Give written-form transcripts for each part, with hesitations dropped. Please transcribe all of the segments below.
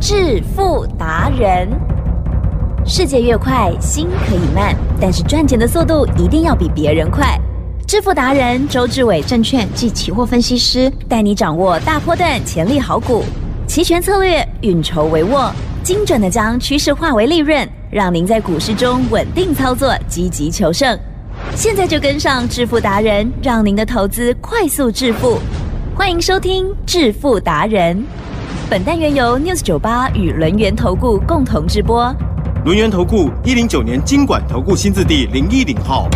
致富达人。世界越快，心可以慢，但是赚钱的速度一定要比别人快。致富达人周志伟证券及期货分析师带你掌握大波段潜力好股，期权策略运筹帷幄，精准的将趋势化为利润，让您在股市中稳定操作，积极求胜。现在就跟上致富达人，让您的投资快速致富。欢迎收听致富达人。本单元由 News98 与轮源投顾共同直播。 轮源投顾109年金管投顾新字第010号。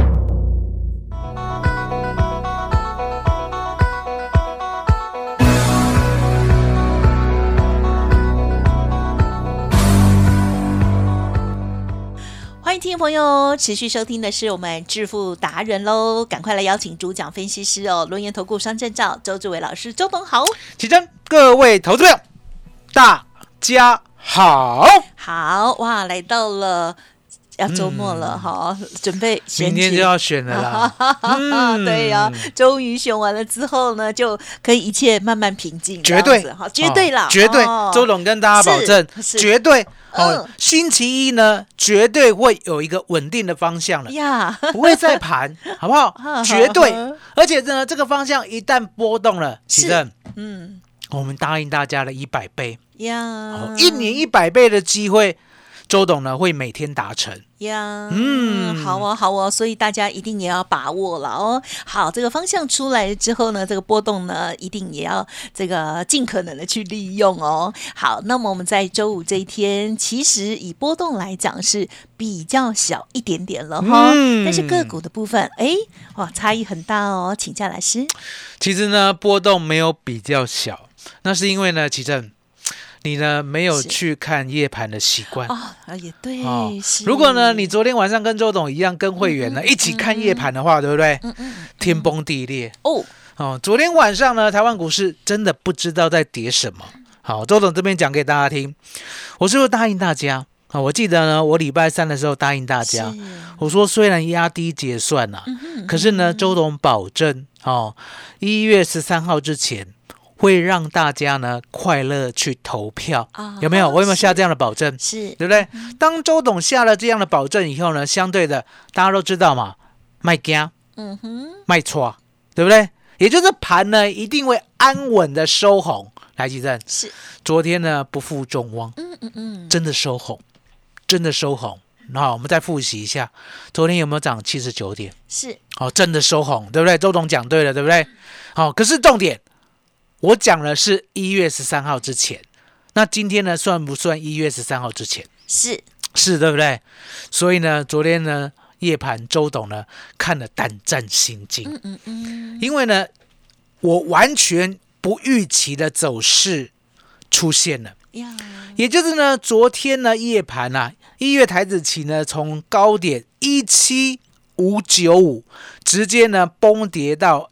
欢迎听众朋友持续收听的是我们致富达人喽，赶快来邀请主讲分析师哦，轮源投顾双证照周志伟老师，周董好。 起真，各位投资朋友大家好。 好哇，来到了要周末了哈，准备选举， 明天就要选了啦。 对呀，终于选完了之后呢，就可以一切慢慢平静， 绝对哈，绝对啦， 绝对。周董跟大家保证，绝对。星期一呢，绝对会有一个稳定的方向了呀，不会再盘，好不好？绝对。而且呢，这个方向一旦波动了，其实，我们答应大家的100倍呀，1年100倍的机会，周董呢会每天达成呀。好哦，好哦，所以大家一定也要把握了哦。好，这个方向出来之后呢，这个波动呢，一定也要这个尽可能的去利用哦。好，那么我们在周五这一天，其实以波动来讲是比较小一点点了哈，但是个股的部分，哇，差异很大哦。请教老师， 其实呢，波动没有比较小，那是因为呢，其正。你呢没有去看夜盘的习惯也对如果呢你昨天晚上跟周董一样跟会员呢一起看夜盘的话，对不对？天崩地裂昨天晚上呢台湾股市真的不知道在跌什么。好，周董这边讲给大家听，我是不是答应大家我记得呢我礼拜三的时候答应大家，我说虽然压低结算可是呢周董保证1月13号之前会让大家呢快乐去投票，有没有？我有没有下这样的保证？ 是， 对不对？当周董下了这样的保证以后呢，相对的大家都知道嘛，卖惊，卖错，对不对？也就是盘呢一定会安稳的收红。来，吉正， 是， 昨天呢不负众望，真的收红，真的收红。好，我们再复习一下，昨天有没有涨79点？ 是， 真的收红，对不对？周董讲对了，对不对？好，可是重点。我讲的是1月13号之前，那今天呢算不算1月13号之前？是，对不对？所以呢，昨天呢夜盘周董呢看了胆战心惊，因为呢我完全不预期的走势出现了，也就是呢昨天呢夜盘1月台指期呢从高点17595直接呢崩跌到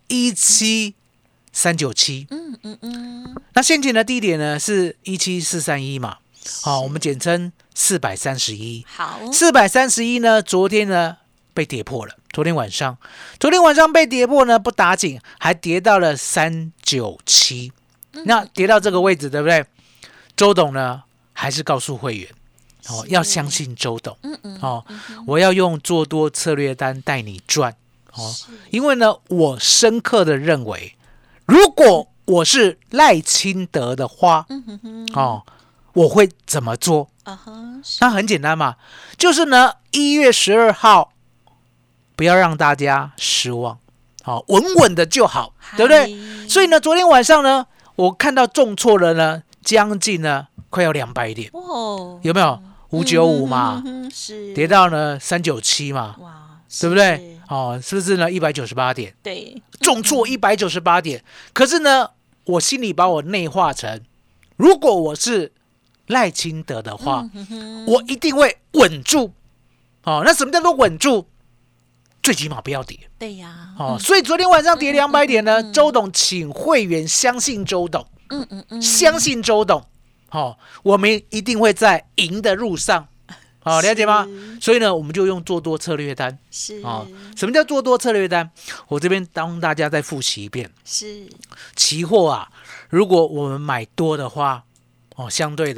17397，那先前的低点呢是17431嘛，我们简称431。好，431呢，昨天呢被跌破了。昨天晚上被跌破呢，不打紧，还跌到了397。那跌到这个位置，对不对？周董呢还是告诉会员，要相信周董。我要用做多策略单带你赚。因为呢，我深刻的认为。如果我是赖清德的话，我会怎么做？那很简单嘛，就是呢1月12号不要让大家失望，稳稳的就好，对不对？所以呢，昨天晚上呢，我看到重挫了呢，将近呢快要200点，有没有？595嘛，跌到呢397嘛，对不对？是不是呢？198点， 对， 重挫198点。可是呢，我心里把我内化成，如果我是赖清德的话，我一定会稳住。那什么叫做稳住？最起码不要跌。 对呀。 所以昨天晚上跌200点呢，周董请会员相信周董，相信周董，我们一定会在赢的路上。了解吗？所以呢，我们就用做多策略单。 是什么叫做多策略单？我这边帮大家再复习一遍。 是期货如果我们买多的话，相对的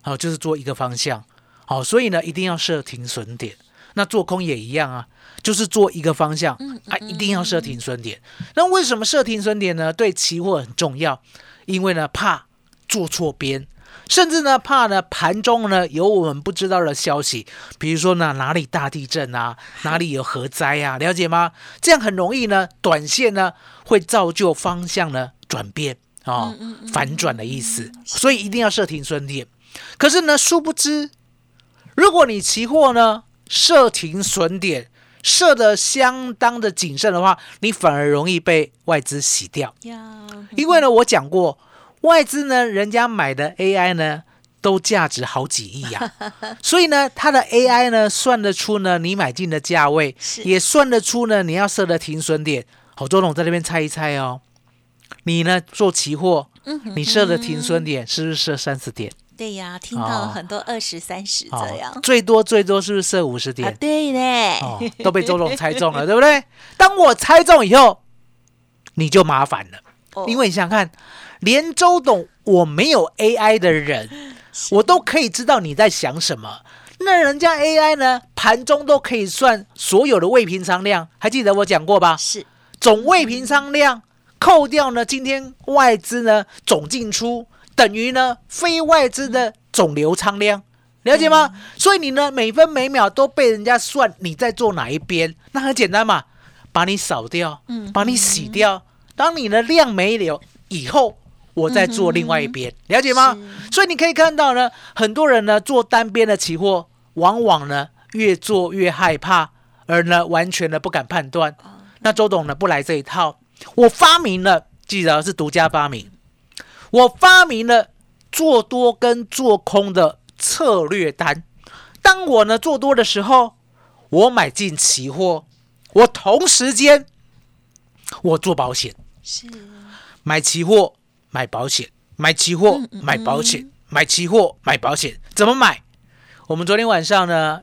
好，就是做一个方向。好，所以呢，一定要设停损点。那做空也一样啊，就是做一个方向一定要设停损点。那为什么设停损点呢？对期货很重要，因为呢怕做错边，甚至呢怕呢盘中呢有我们不知道的消息，比如说呢哪里大地震啊，哪里有核灾啊，了解吗？这样很容易呢短线呢会造就方向呢转变反转的意思，所以一定要设停损点。可是呢殊不知，如果你期货呢设停损点设的相当的谨慎的话，你反而容易被外资洗掉。因为呢我讲过，外资呢人家买的 AI 呢都价值好几亿啊，所以呢它的 AI 呢算得出呢你买进的价位，也算得出呢你要设的停损点。好，周董在这边猜一猜哦，你呢做期货，你设的停损点是不是设30点？ 对呀，听到很多20、30这样， 最多是不是设50点？ 对嘞， 都被周董猜中了，对不对？当我猜中以后，你就麻烦了，因为你想想看，连周董我没有 AI 的人，我都可以知道你在想什么。那人家 AI 呢，盘中都可以算所有的未平仓量，还记得我讲过吧？ 是总未平仓量扣掉呢，今天外资呢总进出，等于呢非外资的总流仓量，了解吗？所以你呢每分每秒都被人家算你在做哪一边，那很简单嘛，把你扫掉，把你洗掉。当你的量没有以后，我再做另外一边，了解吗？所以你可以看到呢，很多人呢做单边的期货，往往呢越做越害怕，而呢完全的不敢判断。那周董呢不来这一套，我发明了，记得是独家发明，我发明了做多跟做空的策略单。当我呢做多的时候，我买进期货，我同时间我做保险， 是买期货买保险，买期货买保险，买期货买保险。怎么买？我们昨天晚上呢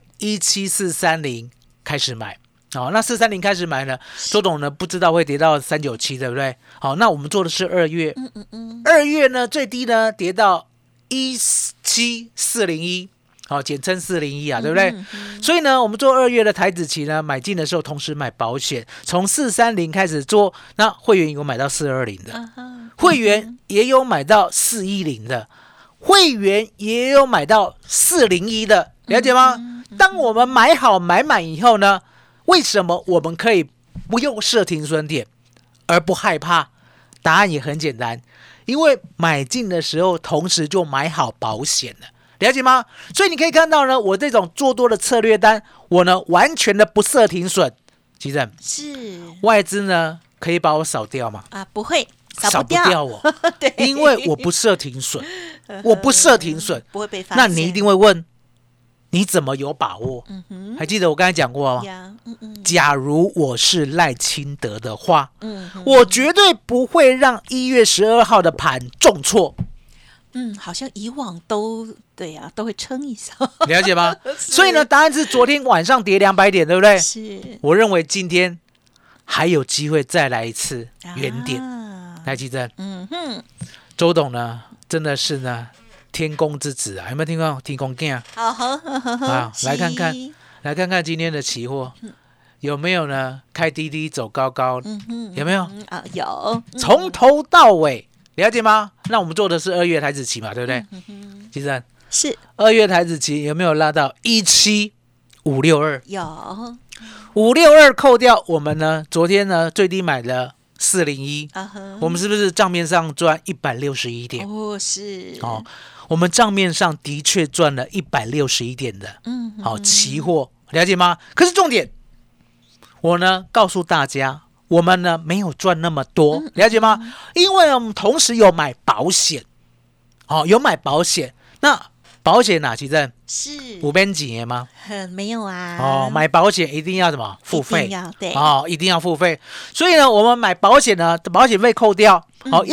17430开始买。好，那430开始买呢，周董呢不知道会跌到397，对不对？好，那我们做的是2月，2月呢最低呢跌到17401，好，简称401啊，对不对？所以呢，我们做2月的台指期呢，买进的时候同时买保险，从430开始做，那会员有买到420的，会员也有买到410的，会员也有买到401的，了解吗？当我们买好买满以后呢，为什么我们可以不用设停损点而不害怕？答案也很简单，因为买进的时候同时就买好保险了，了解吗？所以你可以看到呢，我这种做多的策略单，我呢完全的不设停损。其实是外资呢可以把我扫掉吗？ 不会， 扫不掉我对，因为我不设停损，我不设停损， 不会被发现。 那你一定会问，你怎么有把握？还记得我刚才讲过吗？假如我是赖清德的话，我绝对不会让1月12号的盘重挫。 好像以往都对啊，都会撑一下， 了解吗？所以呢，答案是昨天晚上跌200点，对不对？ 是。 我认为今天还有机会再来一次原点。来，奇珍，周董呢，真的是呢天公之子啊！有没有听过天公囝啊？来看看今天的期货有没有呢？开低低走高高，有没有？ 有， 从头到尾，了解吗？那我们做的是2月台指期嘛，对不对？其实是 2月台指期有没有拉到17562？ 有 ，562扣掉我们呢昨天呢最低买的401，我们是不是账面上赚161点？ 是我们账面上的确赚了161点的，期货，了解吗？可是重点，我呢告诉大家，我们呢没有赚那么多，了解吗？因为我们同时有买保险，有买保险，那保险哪？其实是 5边几年吗？ 没有啊。买保险一定要什么？付费， 对， 一定要付费。所以呢，我们买保险呢，保险费扣掉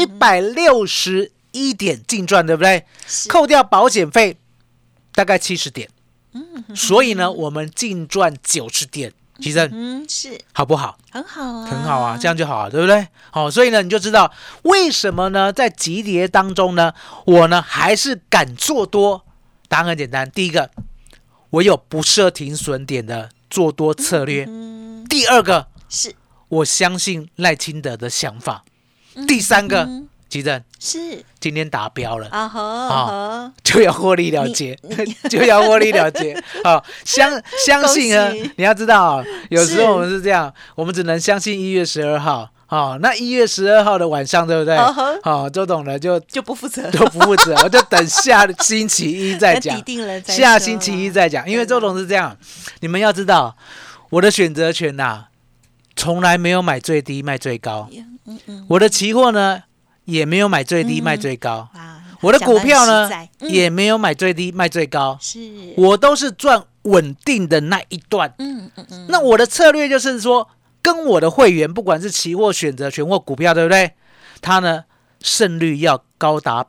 ，161点净赚，对不对？扣掉保险费大概70点，所以呢，我们净赚90点。其实是好不好？ 很好啊， 很好啊，这样就好了，对不对？所以呢，你就知道为什么呢，在急跌当中呢，我呢还是敢做多， 答案很简单，第一个，我有不设停损点的做多策略；第二个是我相信赖清德的想法；第三个，吉正是今天达标了啊就要获利了结，就要获利了结。好，相信呢，你要知道，有时候我们是这样，我们只能相信1月12号。那1月12号的晚上，对不对？周董呢就不负责，我就等下星期一再讲，下星期一再讲。因为周董是这样，你们要知道，我的选择权从来没有买最低卖最高，我的期货呢也没有买最低卖最高，我的股票呢也没有买最低卖最高，我都是赚稳定的那一段。那我的策略就是说，跟我的会员，不管是期货、选择权或股票，对不对？他呢胜率要高达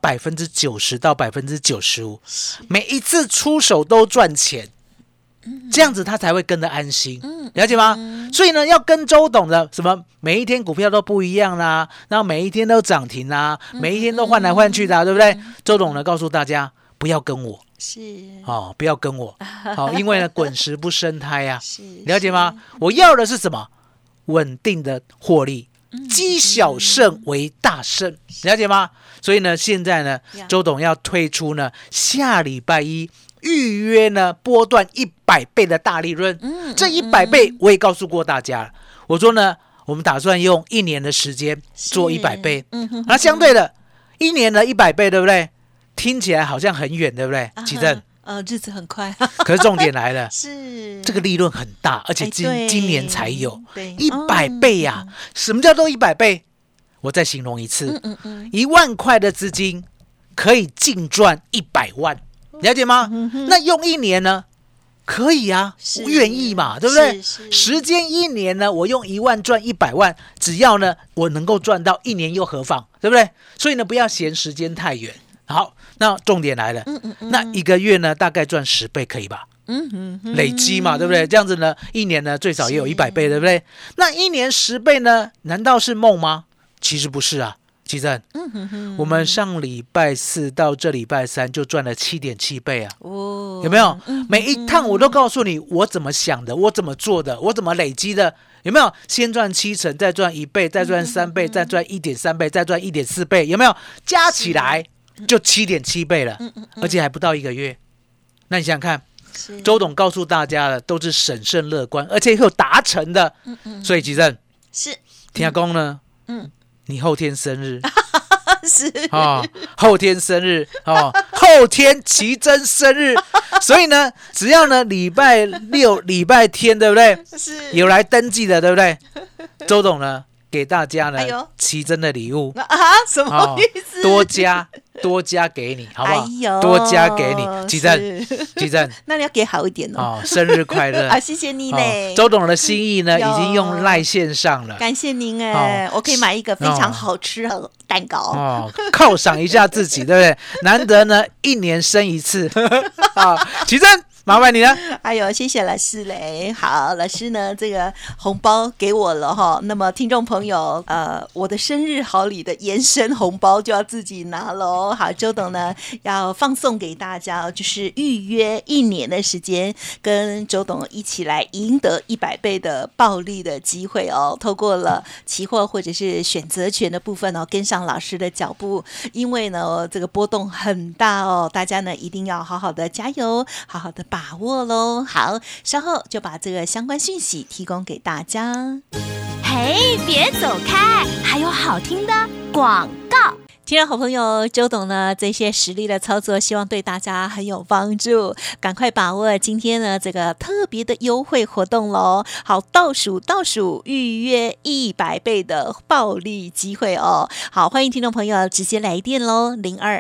90%到95%，每一次出手都赚钱，这样子他才会跟得安心，了解吗？所以呢，要跟周董的什么每一天股票都不一样啦，然后每一天都涨停啦，每一天都换来换去的，对不对？周董呢告诉大家，不要跟我。不要跟我，因为呢，滚石不生胎啊，了解吗？我要的是什么？稳定的获利，积小胜为大胜，了解吗？所以呢，现在呢，周董要推出呢，下礼拜一预约呢波段100倍的大利润，这100倍我也告诉过大家了，我说呢，我们打算用1年的时间做100倍，那相对的，1年的100倍，对不对？听起来好像很远，对不对？奇正。 日子很快， 可是重点来了， 是这个利润很大，而且今年才有100倍呀！什么叫做100倍？我再形容一次，1万块的资金可以净赚100万，了解吗？那用1年呢？可以啊，我愿意嘛，对不对？时间1年呢，我用1万赚100万，只要呢我能够赚到1年又何妨，对不对？所以呢，不要嫌时间太远。好，那重点来了，那1个月呢，大概赚10倍，可以吧？累积嘛，对不对？这样子呢，1年呢最少也有100倍，对不对？那1年10倍呢，难道是梦吗？其实不是啊，奇正，我们上礼拜4到这礼拜3就赚了7.7倍啊，有没有？每一趟我都告诉你我怎么想的，我怎么做的，我怎么累积的。有没有先赚7成，再赚1倍，再赚3倍，再赚1.3倍，再赚1.4倍？有没有？加起来就7.7倍了，而且还不到1个月。那你想想看，周董告诉大家的都是审慎乐观，而且有达成的。所以吉正是天下公呢，你后天生日是后天生日后天奇珍生日，所以呢，只要呢礼拜6、礼拜天，对不对？是有来登记的，对不对？周董呢给大家呢奇珍的礼物什么意思？ 多加给你，好不好？多加给你，奇珍， 那你要给好一点哦。 生日快乐谢谢你呢。 周董的心意呢，已经用赖线上了， 感谢您我可以买一个非常好吃的蛋糕犒赏一下自己，对不对？难得呢1年生一次奇珍。麻烦你了， 谢谢老师嘞。好，老师呢，这个红包给我了哈。那么听众朋友，我的生日好礼的延伸红包就要自己拿喽。好，周董呢要放送给大家，就是预约1年的时间，跟周董一起来赢得100倍的暴利的机会哦。透过了期货或者是选择权的部分哦，跟上老师的脚步，因为呢这个波动很大哦，大家呢一定要好好的加油，好好的把握咯。好，稍后就把这个相关讯息提供给大家。 嘿，别走开，还有好听的广告。 听众好朋友，周董呢这些实力的操作，希望对大家很有帮助，赶快把握今天呢这个特别的优惠活动咯。好，倒数预约100倍的暴利机会哦。好，欢迎听众朋友直接来电咯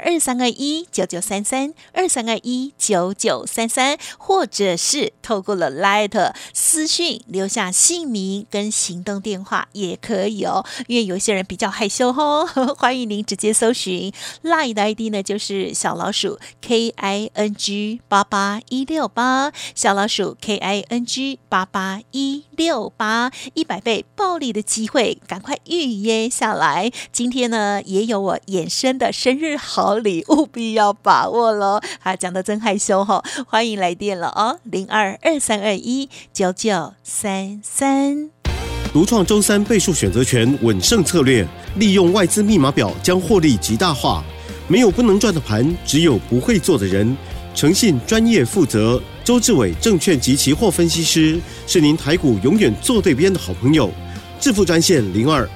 ，0223219933，23219933，或者是透过了 Light 私讯留下姓名跟行动电话也可以哦，因为有些人比较害羞哦，欢迎您直接搜寻 LINE 的 ID 呢，就是小老鼠 KING88168，小老鼠 KING88168，100倍暴利的机会，赶快预约下来。今天呢，也有我衍生的生日好礼，务必要把握喽！讲得真害羞哈，欢迎来电了哦，0223219933。 独创周3倍数选择权稳胜策略，利用外资密码表将获利极大化。没有不能赚的盘，只有不会做的人。诚信、专业、负责，周志伟证券及期货分析师是您台股永远做对边的好朋友。致富专线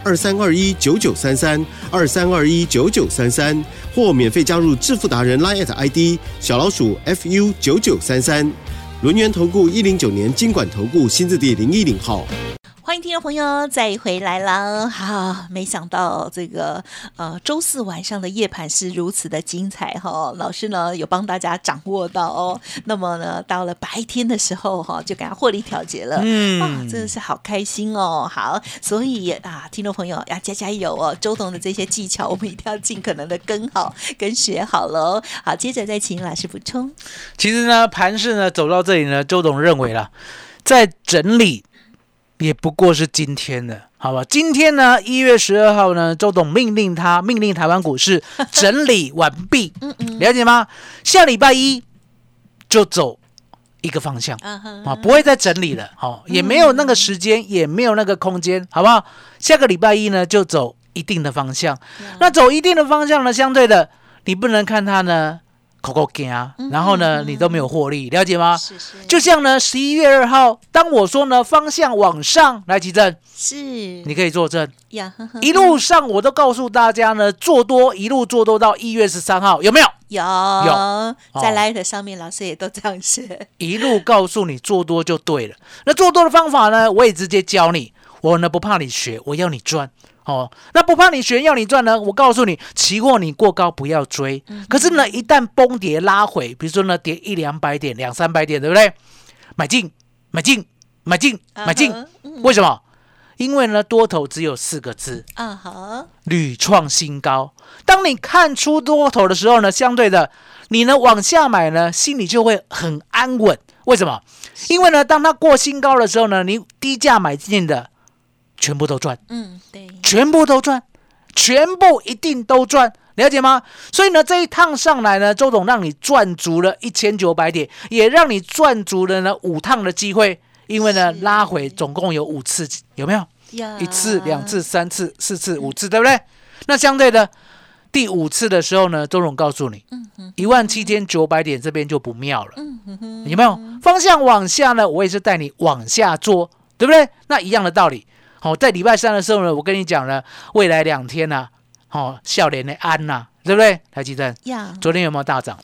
0223219933，23219933，或免费加入致富达人 LINE ID 小老鼠 FU9933。轮源投顾109年金管投顾新字第010号。 欢迎听众朋友再回来啦！好，没想到这个周四晚上的夜盘是如此的精彩哈，老师呢有帮大家掌握到哦。那么呢，到了白天的时候哈，就给他获利调节了，真的是好开心哦。好，所以听众朋友要加油哦，周董的这些技巧我们一定要尽可能的跟好跟学好喽。好，接着再请老师补充。 其实呢，盘势呢走到这里呢，周董认为啦，在整理。也不过是今天的，好吧？今天呢，1月12号呢，周董命令台湾股市整理完毕，了解吗？下礼拜一就走一个方向，不会再整理了，也没有那个时间，也没有那个空间，好不好？下个礼拜一呢，就走一定的方向。那走一定的方向呢，相对的，你不能看它呢。口口惊，然后呢，你都没有获利，了解吗？ 是。 就像呢，11月2号，当我说呢方向往上来提振， 是， 你可以作证。一路上我都告诉大家呢，做多一路做多到1月13号，有没有？ 有，在 LINE 上面老师也都这样写， 一路告诉你做多就对了。那做多的方法呢，我也直接教你，我呢不怕你学，我要你赚。那不怕你学要你赚呢？我告诉你，期货你过高不要追。可是呢，一旦崩跌拉回，比如说呢跌100-200点、200-300点，对不对？买进。为什么？因为呢多头只有4个字屡创新高。当你看出多头的时候呢，相对的你呢往下买呢，心里就会很安稳。为什么？因为呢当它过新高的时候呢，你低价买进的全部都赚， 对， 全部都赚，全部一定都赚，了解吗？所以呢，这一趟上来呢，周董让你赚足了1900点，也让你赚足了呢5趟的机会，因为呢拉回总共有5次，有没有？1次、2次、3次、4次、5次，对不对？那相对的第5次的时候呢，周董告诉你，17900点这边就不妙了，有没有？方向往下呢，我也是带你往下做，对不对？那一样的道理。在礼拜3的时候呢，我跟你讲了，未来2天呢，笑脸的安呐，对不对？台积电昨天有没有大涨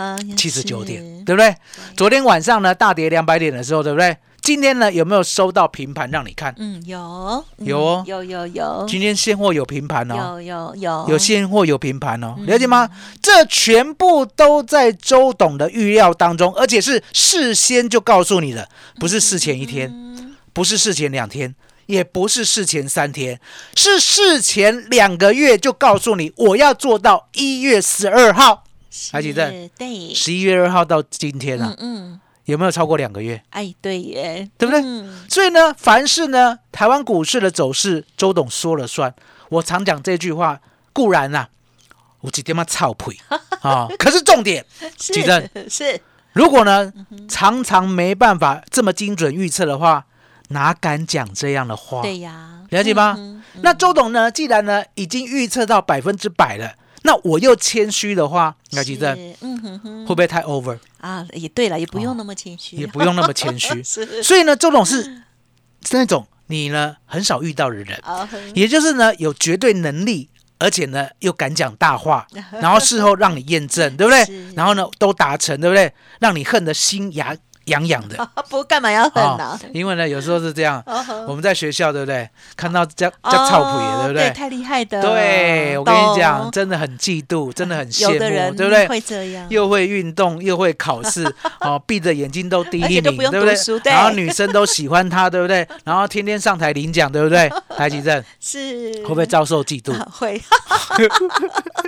？79点，对不对？昨天晚上呢大跌200点的时候，对不对？今天呢有没有收到平盘让你看？ 有哦， 有。 今天现货有平盘哦， 有现货有平盘哦，了解吗？这全部都在周董的预料当中，而且是事先就告诉你的，不是事前1天，不是事前2天。也不是事前3天，是事前2个月就告诉你，我要做到1月12号。还记得？对，11月2号到今天啊，有没有超过2个月？ 对耶， 对不对？所以呢，凡是呢台湾股市的走势，周董说了算。我常讲这句话，固然啊，我几点嘛操屁可是重点，举证是， 如果呢常常没办法这么精准预测的话。哪敢讲这样的话？ 对呀， 了解吗？那周董呢？既然呢已经预测到100%了，那我又谦虚的话，那记得会不会太 over 也对了，也不用那么谦虚， 也不用那么谦虚。所以呢，周董是那种你呢很少遇到的人，也就是呢有绝对能力，而且呢又敢讲大话，然后事后让你验证，对不对？然后呢都达成，对不对？让你恨得心痒痒的， 不干嘛要恨呢？ 因为呢，有时候是这样，我们在学校，对不对？看到叫操谱也，对不对？ 对，太厉害的。 对，我跟你讲，真的很嫉妒，真的很羡慕，对不对？ 会这样， 又会运动，又会考试，闭着眼睛都第1名，对不对？然后女生都喜欢他，对不对？然后天天上台领奖，对不对？台积电是会不会遭受嫉妒？ 会。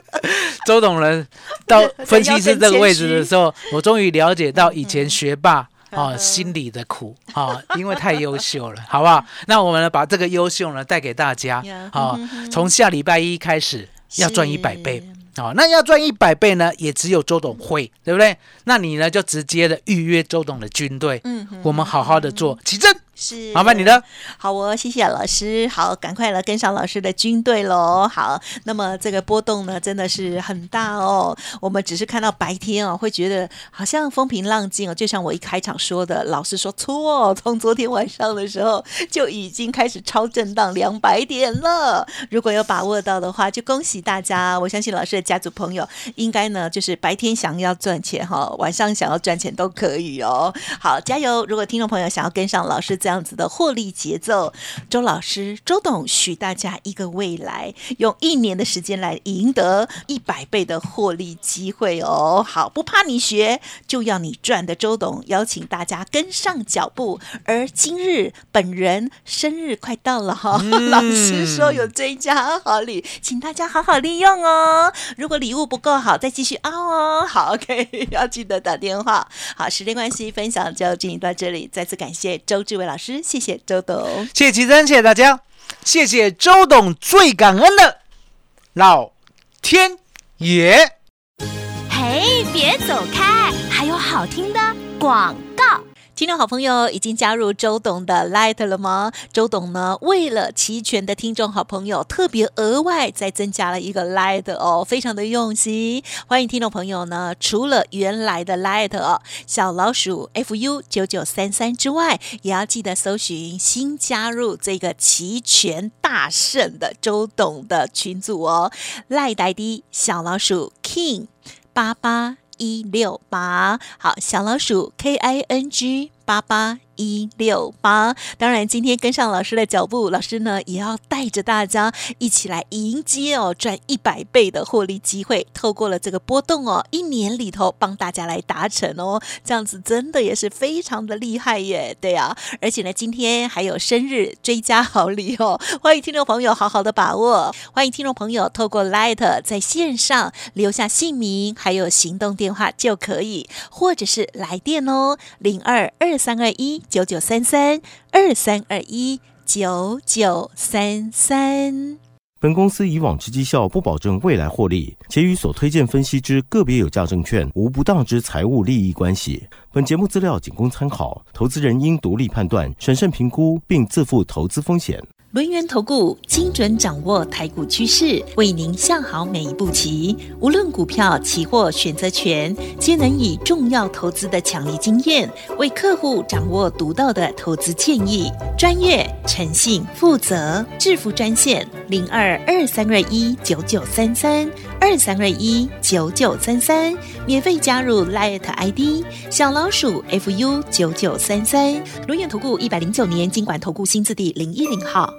周董呢到分析师这个位置的时候，我终于了解到以前学霸心里的苦因为太优秀了，好不好？那我们呢把这个优秀呢带给大家从下礼拜一开始要赚100倍。那要赚100倍呢，也只有周董会，对不对？那你呢就直接的预约周董的军队，我们好好的做起正。 是， 麻烦你了。 好哦，谢谢老师。好，赶快来跟上老师的军队喽。好，那么这个波动呢，真的是很大哦。我们只是看到白天哦，会觉得好像风平浪静哦。就像我一开场说的，老师说错，从昨天晚上的时候就已经开始超震荡200点了。如果有把握到的话，就恭喜大家。我相信老师的家族朋友应该呢，就是白天想要赚钱晚上想要赚钱都可以哦。好，加油！如果听众朋友想要跟上老师这样子的获利节奏，周老师周董许大家一个未来，用1年的时间来赢得100倍的获利机会哦。好，不怕你学，就要你赚的周董邀请大家跟上脚步。而今日本人生日快到了老师说有追加好礼，请大家好好利用哦。如果礼物不够好，再继续凹哦。好 ，OK， 要记得打电话。好，时间关系，分享就进行到这里，再次感谢周志伟老师，谢谢周董， 谢谢齐珍，谢谢大家，谢谢周董，最感恩的老天爷。 嘿，别走开，还有好听的广告。 听众好朋友已经加入周董的 Light 了吗？周董呢，为了齐全的听众好朋友，特别额外再增加了一个 Light 哦，非常的用心。欢迎听众朋友呢，除了原来的 Light 小老鼠 FU9933 之外，也要记得搜寻新加入这个齐全大胜的周董的群组哦。Light ID 小老鼠 King88168，好，小老鼠 KING88168。当然今天跟上老师的脚步，老师呢也要带着大家一起来迎接赚100倍的获利机会，透过了这个波动1年里头帮大家来达成这样子真的也是非常的厉害耶。对啊，而且呢今天还有生日追加好礼欢迎听众朋友好好的把握。欢迎听众朋友透过 Light 在线上留下姓名还有行动电话就可以，或者是来电022321993323219933。 本公司以往之绩效不保证未来获利，且与所推荐分析之个别有价证券无不当之财务利益关系。本节目资料仅供参考，投资人应独立判断、审慎评估，并自负投资风险。 轮源投顾精准掌握台股趋势，为您下好每一步棋。无论股票、期货、选择权，皆能以重要投资的强力经验，为客户掌握独到的投资建议。专业、诚信、负责，致富专线0223219933，23219933，免费加入 Light ID 小老鼠 FU9933。轮源投顾109年金管投顾新字第010号。